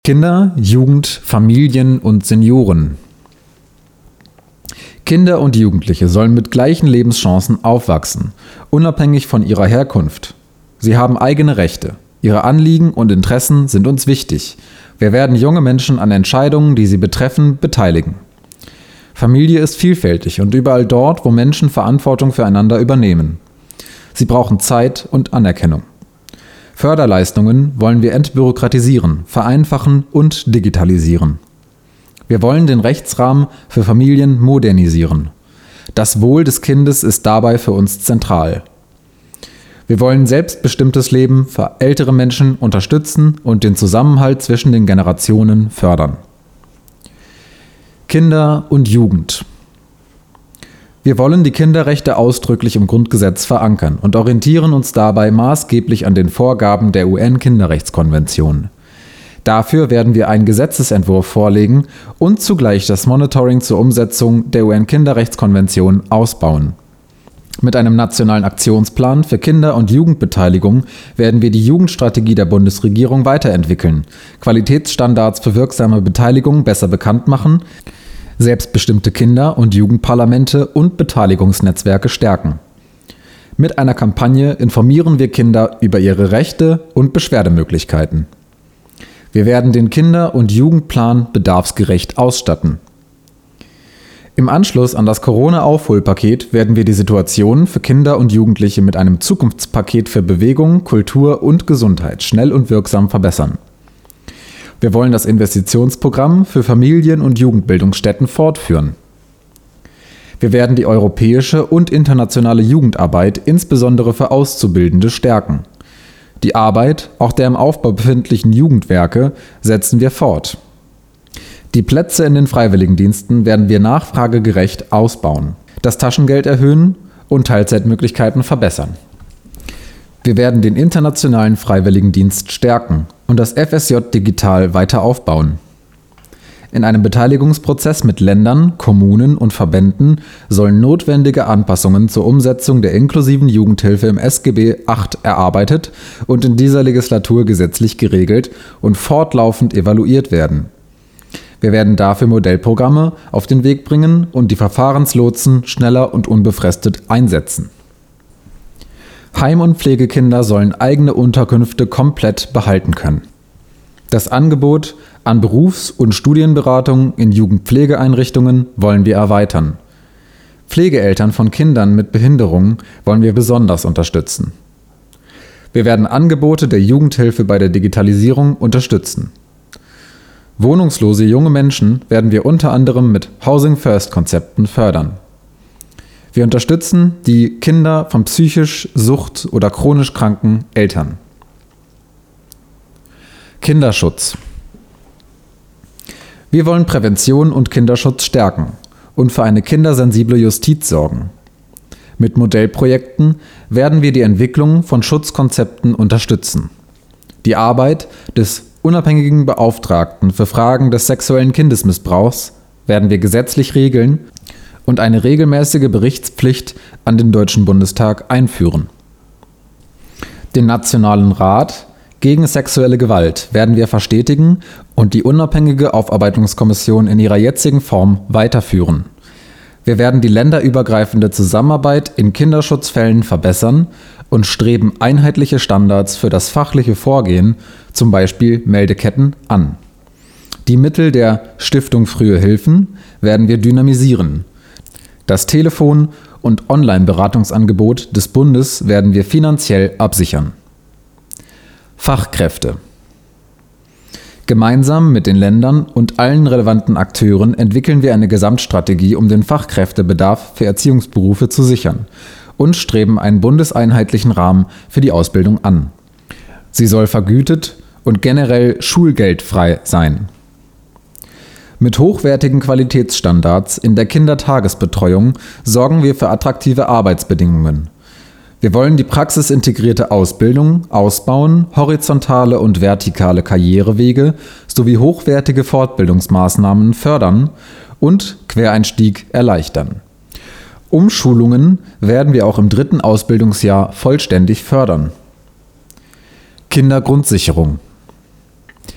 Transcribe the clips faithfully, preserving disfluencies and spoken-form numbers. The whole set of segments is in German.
Kinder, Jugend, Familien und Senioren. Kinder und Jugendliche sollen mit gleichen Lebenschancen aufwachsen, unabhängig von ihrer Herkunft. Sie haben eigene Rechte. Ihre Anliegen und Interessen sind uns wichtig. Wir werden junge Menschen an Entscheidungen, die sie betreffen, beteiligen. Familie ist vielfältig und überall dort, wo Menschen Verantwortung füreinander übernehmen. Sie brauchen Zeit und Anerkennung. Förderleistungen wollen wir entbürokratisieren, vereinfachen und digitalisieren. Wir wollen den Rechtsrahmen für Familien modernisieren. Das Wohl des Kindes ist dabei für uns zentral. Wir wollen selbstbestimmtes Leben für ältere Menschen unterstützen und den Zusammenhalt zwischen den Generationen fördern. Kinder und Jugend. Wir wollen die Kinderrechte ausdrücklich im Grundgesetz verankern und orientieren uns dabei maßgeblich an den Vorgaben der U N-Kinderrechtskonvention. Dafür werden wir einen Gesetzesentwurf vorlegen und zugleich das Monitoring zur Umsetzung der U N-Kinderrechtskonvention ausbauen. Mit einem nationalen Aktionsplan für Kinder- und Jugendbeteiligung werden wir die Jugendstrategie der Bundesregierung weiterentwickeln, Qualitätsstandards für wirksame Beteiligung besser bekannt machen, selbstbestimmte Kinder- und Jugendparlamente und Beteiligungsnetzwerke stärken. Mit einer Kampagne informieren wir Kinder über ihre Rechte und Beschwerdemöglichkeiten. Wir werden den Kinder- und Jugendplan bedarfsgerecht ausstatten. Im Anschluss an das Corona-Aufholpaket werden wir die Situation für Kinder und Jugendliche mit einem Zukunftspaket für Bewegung, Kultur und Gesundheit schnell und wirksam verbessern. Wir wollen das Investitionsprogramm für Familien- und Jugendbildungsstätten fortführen. Wir werden die europäische und internationale Jugendarbeit insbesondere für Auszubildende stärken. Die Arbeit, auch der im Aufbau befindlichen Jugendwerke, setzen wir fort. Die Plätze in den Freiwilligendiensten werden wir nachfragegerecht ausbauen, das Taschengeld erhöhen und Teilzeitmöglichkeiten verbessern. Wir werden den internationalen Freiwilligendienst stärken und das F S J digital weiter aufbauen. In einem Beteiligungsprozess mit Ländern, Kommunen und Verbänden sollen notwendige Anpassungen zur Umsetzung der inklusiven Jugendhilfe im S G B acht erarbeitet und in dieser Legislatur gesetzlich geregelt und fortlaufend evaluiert werden. Wir werden dafür Modellprogramme auf den Weg bringen und die Verfahrenslotsen schneller und unbefristet einsetzen. Heim- und Pflegekinder sollen eigene Unterkünfte komplett behalten können. Das Angebot an Berufs- und Studienberatung in Jugendpflegeeinrichtungen wollen wir erweitern. Pflegeeltern von Kindern mit Behinderungen wollen wir besonders unterstützen. Wir werden Angebote der Jugendhilfe bei der Digitalisierung unterstützen. Wohnungslose junge Menschen werden wir unter anderem mit Housing-First-Konzepten fördern. Wir unterstützen die Kinder von psychisch, sucht- oder chronisch kranken Eltern. Kinderschutz. Wir wollen Prävention und Kinderschutz stärken und für eine kindersensible Justiz sorgen. Mit Modellprojekten werden wir die Entwicklung von Schutzkonzepten unterstützen. Die Arbeit des unabhängigen Beauftragten für Fragen des sexuellen Kindesmissbrauchs werden wir gesetzlich regeln und eine regelmäßige Berichtspflicht an den Deutschen Bundestag einführen. Den Nationalen Rat gegen sexuelle Gewalt werden wir verstetigen und die unabhängige Aufarbeitungskommission in ihrer jetzigen Form weiterführen. Wir werden die länderübergreifende Zusammenarbeit in Kinderschutzfällen verbessern und streben einheitliche Standards für das fachliche Vorgehen, zum Beispiel Meldeketten, an. Die Mittel der Stiftung Frühe Hilfen werden wir dynamisieren. Das Telefon- und Online-Beratungsangebot des Bundes werden wir finanziell absichern. Fachkräfte. Gemeinsam mit den Ländern und allen relevanten Akteuren entwickeln wir eine Gesamtstrategie, um den Fachkräftebedarf für Erziehungsberufe zu sichern und streben einen bundeseinheitlichen Rahmen für die Ausbildung an. Sie soll vergütet und generell schulgeldfrei sein. Mit hochwertigen Qualitätsstandards in der Kindertagesbetreuung sorgen wir für attraktive Arbeitsbedingungen. Wir wollen die praxisintegrierte Ausbildung ausbauen, horizontale und vertikale Karrierewege sowie hochwertige Fortbildungsmaßnahmen fördern und Quereinstieg erleichtern. Umschulungen werden wir auch im dritten Ausbildungsjahr vollständig fördern. Kindergrundsicherung.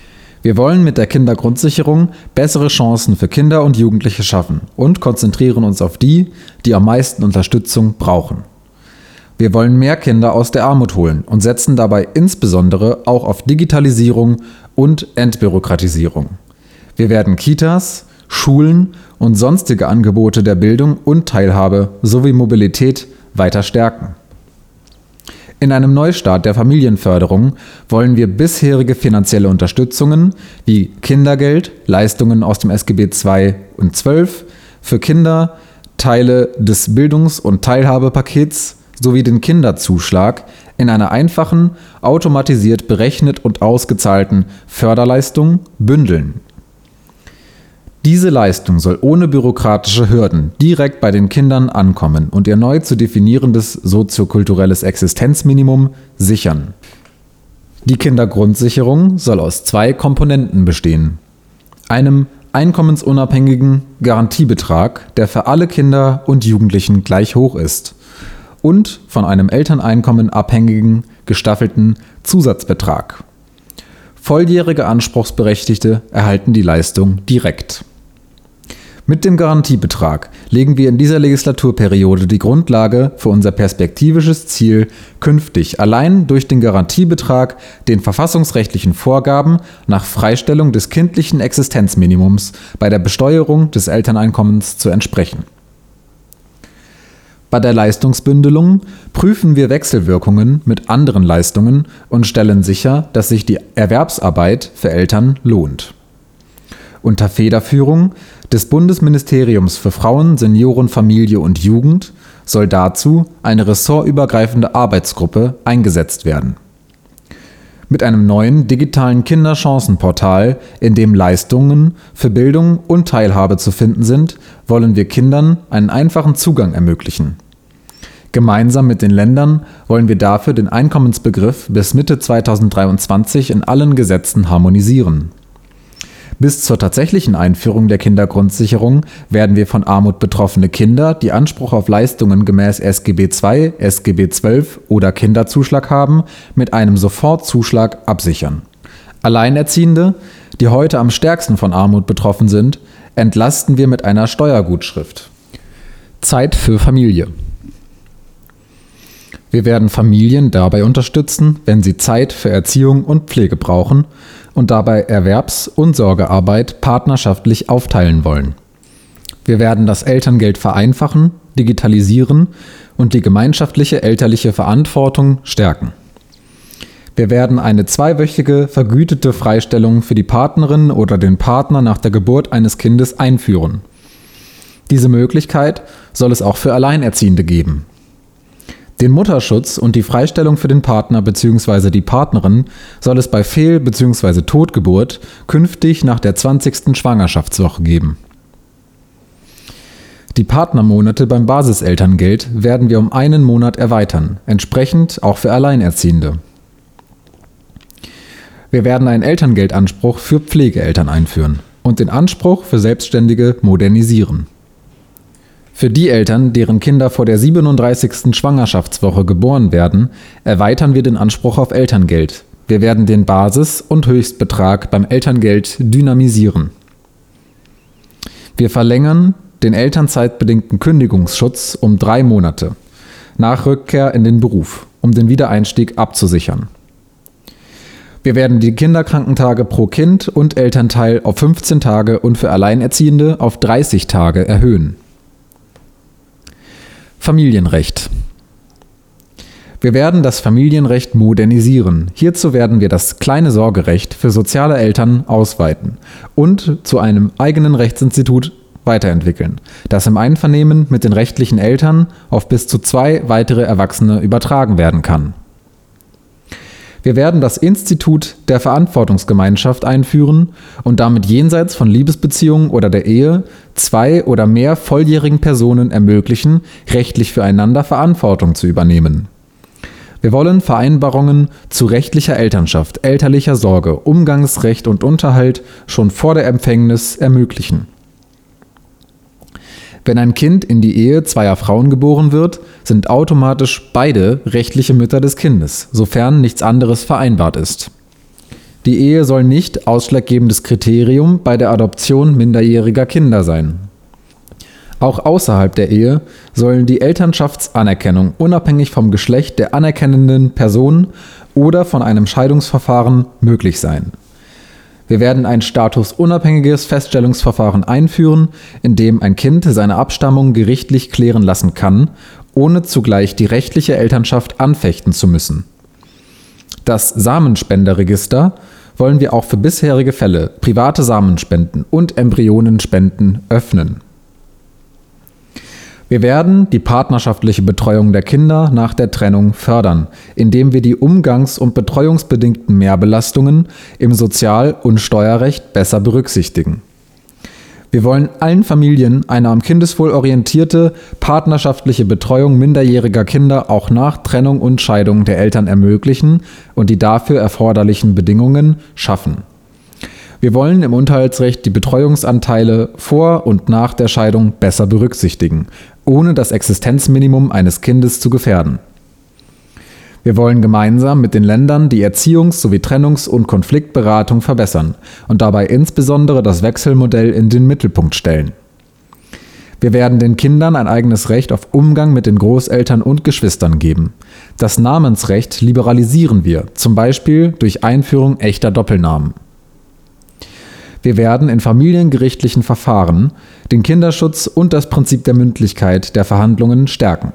Wir wollen mit der Kindergrundsicherung bessere Chancen für Kinder und Jugendliche schaffen und konzentrieren uns auf die, die am meisten Unterstützung brauchen. Wir wollen mehr Kinder aus der Armut holen und setzen dabei insbesondere auch auf Digitalisierung und Entbürokratisierung. Wir werden Kitas, Schulen und sonstige Angebote der Bildung und Teilhabe sowie Mobilität weiter stärken. In einem Neustart der Familienförderung wollen wir bisherige finanzielle Unterstützungen wie Kindergeld, Leistungen aus dem S G B zwei und zwölf für Kinder, Teile des Bildungs- und Teilhabepakets sowie den Kinderzuschlag in einer einfachen, automatisiert berechnet und ausgezahlten Förderleistung bündeln. Diese Leistung soll ohne bürokratische Hürden direkt bei den Kindern ankommen und ihr neu zu definierendes soziokulturelles Existenzminimum sichern. Die Kindergrundsicherung soll aus zwei Komponenten bestehen: einem einkommensunabhängigen Garantiebetrag, der für alle Kinder und Jugendlichen gleich hoch ist, und von einem Elterneinkommen abhängigen gestaffelten Zusatzbetrag. Volljährige Anspruchsberechtigte erhalten die Leistung direkt. Mit dem Garantiebetrag legen wir in dieser Legislaturperiode die Grundlage für unser perspektivisches Ziel, künftig allein durch den Garantiebetrag den verfassungsrechtlichen Vorgaben nach Freistellung des kindlichen Existenzminimums bei der Besteuerung des Elterneinkommens zu entsprechen. Bei der Leistungsbündelung prüfen wir Wechselwirkungen mit anderen Leistungen und stellen sicher, dass sich die Erwerbsarbeit für Eltern lohnt. Unter Federführung des Bundesministeriums für Frauen, Senioren, Familie und Jugend soll dazu eine ressortübergreifende Arbeitsgruppe eingesetzt werden. Mit einem neuen digitalen Kinderchancenportal, in dem Leistungen für Bildung und Teilhabe zu finden sind, wollen wir Kindern einen einfachen Zugang ermöglichen. Gemeinsam mit den Ländern wollen wir dafür den Einkommensbegriff bis Mitte zweitausenddreiundzwanzig in allen Gesetzen harmonisieren. Bis zur tatsächlichen Einführung der Kindergrundsicherung werden wir von Armut betroffene Kinder, die Anspruch auf Leistungen gemäß S G B zwei, S G B zwölf oder Kinderzuschlag haben, mit einem Sofortzuschlag absichern. Alleinerziehende, die heute am stärksten von Armut betroffen sind, entlasten wir mit einer Steuergutschrift. Zeit für Familie. Wir werden Familien dabei unterstützen, wenn sie Zeit für Erziehung und Pflege brauchen und dabei Erwerbs- und Sorgearbeit partnerschaftlich aufteilen wollen. Wir werden das Elterngeld vereinfachen, digitalisieren und die gemeinschaftliche elterliche Verantwortung stärken. Wir werden eine zweiwöchige vergütete Freistellung für die Partnerin oder den Partner nach der Geburt eines Kindes einführen. Diese Möglichkeit soll es auch für Alleinerziehende geben. Den Mutterschutz und die Freistellung für den Partner bzw. die Partnerin soll es bei Fehl- bzw. Totgeburt künftig nach der zwanzigsten Schwangerschaftswoche geben. Die Partnermonate beim Basiselterngeld werden wir um einen Monat erweitern, entsprechend auch für Alleinerziehende. Wir werden einen Elterngeldanspruch für Pflegeeltern einführen und den Anspruch für Selbstständige modernisieren. Für die Eltern, deren Kinder vor der siebenunddreißigsten Schwangerschaftswoche geboren werden, erweitern wir den Anspruch auf Elterngeld. Wir werden den Basis- und Höchstbetrag beim Elterngeld dynamisieren. Wir verlängern den elternzeitbedingten Kündigungsschutz um drei Monate nach Rückkehr in den Beruf, um den Wiedereinstieg abzusichern. Wir werden die Kinderkrankentage pro Kind und Elternteil auf fünfzehn Tage und für Alleinerziehende auf dreißig Tage erhöhen. Familienrecht. Wir werden das Familienrecht modernisieren. Hierzu werden wir das kleine Sorgerecht für soziale Eltern ausweiten und zu einem eigenen Rechtsinstitut weiterentwickeln, das im Einvernehmen mit den rechtlichen Eltern auf bis zu zwei weitere Erwachsene übertragen werden kann. Wir werden das Institut der Verantwortungsgemeinschaft einführen und damit jenseits von Liebesbeziehungen oder der Ehe zwei oder mehr volljährigen Personen ermöglichen, rechtlich füreinander Verantwortung zu übernehmen. Wir wollen Vereinbarungen zu rechtlicher Elternschaft, elterlicher Sorge, Umgangsrecht und Unterhalt schon vor der Empfängnis ermöglichen. Wenn ein Kind in die Ehe zweier Frauen geboren wird, sind automatisch beide rechtliche Mütter des Kindes, sofern nichts anderes vereinbart ist. Die Ehe soll nicht ausschlaggebendes Kriterium bei der Adoption minderjähriger Kinder sein. Auch außerhalb der Ehe sollen die Elternschaftsanerkennung unabhängig vom Geschlecht der anerkennenden Person oder von einem Scheidungsverfahren möglich sein. Wir werden ein statusunabhängiges Feststellungsverfahren einführen, in dem ein Kind seine Abstammung gerichtlich klären lassen kann, ohne zugleich die rechtliche Elternschaft anfechten zu müssen. Das Samenspenderregister wollen wir auch für bisherige Fälle, private Samenspenden und Embryonenspenden öffnen. Wir werden die partnerschaftliche Betreuung der Kinder nach der Trennung fördern, indem wir die umgangs- und betreuungsbedingten Mehrbelastungen im Sozial- und Steuerrecht besser berücksichtigen. Wir wollen allen Familien eine am Kindeswohl orientierte, partnerschaftliche Betreuung minderjähriger Kinder auch nach Trennung und Scheidung der Eltern ermöglichen und die dafür erforderlichen Bedingungen schaffen. Wir wollen im Unterhaltsrecht die Betreuungsanteile vor und nach der Scheidung besser berücksichtigen, ohne das Existenzminimum eines Kindes zu gefährden. Wir wollen gemeinsam mit den Ländern die Erziehungs- sowie Trennungs- und Konfliktberatung verbessern und dabei insbesondere das Wechselmodell in den Mittelpunkt stellen. Wir werden den Kindern ein eigenes Recht auf Umgang mit den Großeltern und Geschwistern geben. Das Namensrecht liberalisieren wir, zum Beispiel durch Einführung echter Doppelnamen. Wir werden in familiengerichtlichen Verfahren den Kinderschutz und das Prinzip der Mündlichkeit der Verhandlungen stärken.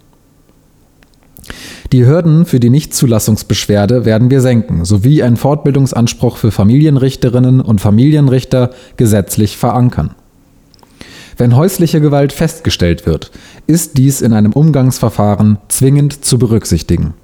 Die Hürden für die Nichtzulassungsbeschwerde werden wir senken, sowie einen Fortbildungsanspruch für Familienrichterinnen und Familienrichter gesetzlich verankern. Wenn häusliche Gewalt festgestellt wird, ist dies in einem Umgangsverfahren zwingend zu berücksichtigen.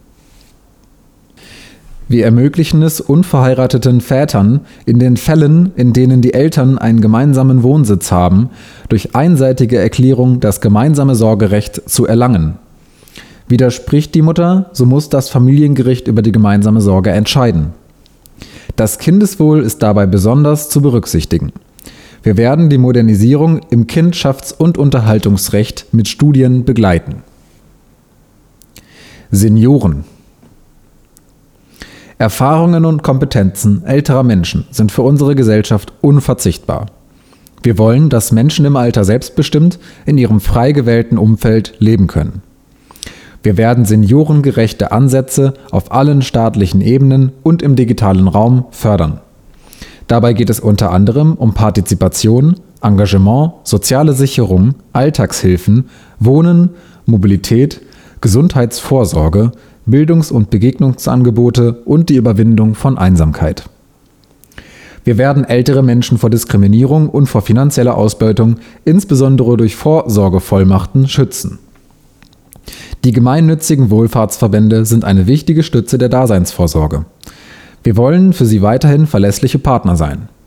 Wir ermöglichen es unverheirateten Vätern, in den Fällen, in denen die Eltern einen gemeinsamen Wohnsitz haben, durch einseitige Erklärung das gemeinsame Sorgerecht zu erlangen. Widerspricht die Mutter, so muss das Familiengericht über die gemeinsame Sorge entscheiden. Das Kindeswohl ist dabei besonders zu berücksichtigen. Wir werden die Modernisierung im Kindschafts- und Unterhaltungsrecht mit Studien begleiten. Senioren. Erfahrungen und Kompetenzen älterer Menschen sind für unsere Gesellschaft unverzichtbar. Wir wollen, dass Menschen im Alter selbstbestimmt in ihrem frei gewählten Umfeld leben können. Wir werden seniorengerechte Ansätze auf allen staatlichen Ebenen und im digitalen Raum fördern. Dabei geht es unter anderem um Partizipation, Engagement, soziale Sicherung, Alltagshilfen, Wohnen, Mobilität, Gesundheitsvorsorge, Bildungs- und Begegnungsangebote und die Überwindung von Einsamkeit. Wir werden ältere Menschen vor Diskriminierung und vor finanzieller Ausbeutung, insbesondere durch Vorsorgevollmachten, schützen. Die gemeinnützigen Wohlfahrtsverbände sind eine wichtige Stütze der Daseinsvorsorge. Wir wollen für sie weiterhin verlässliche Partner sein.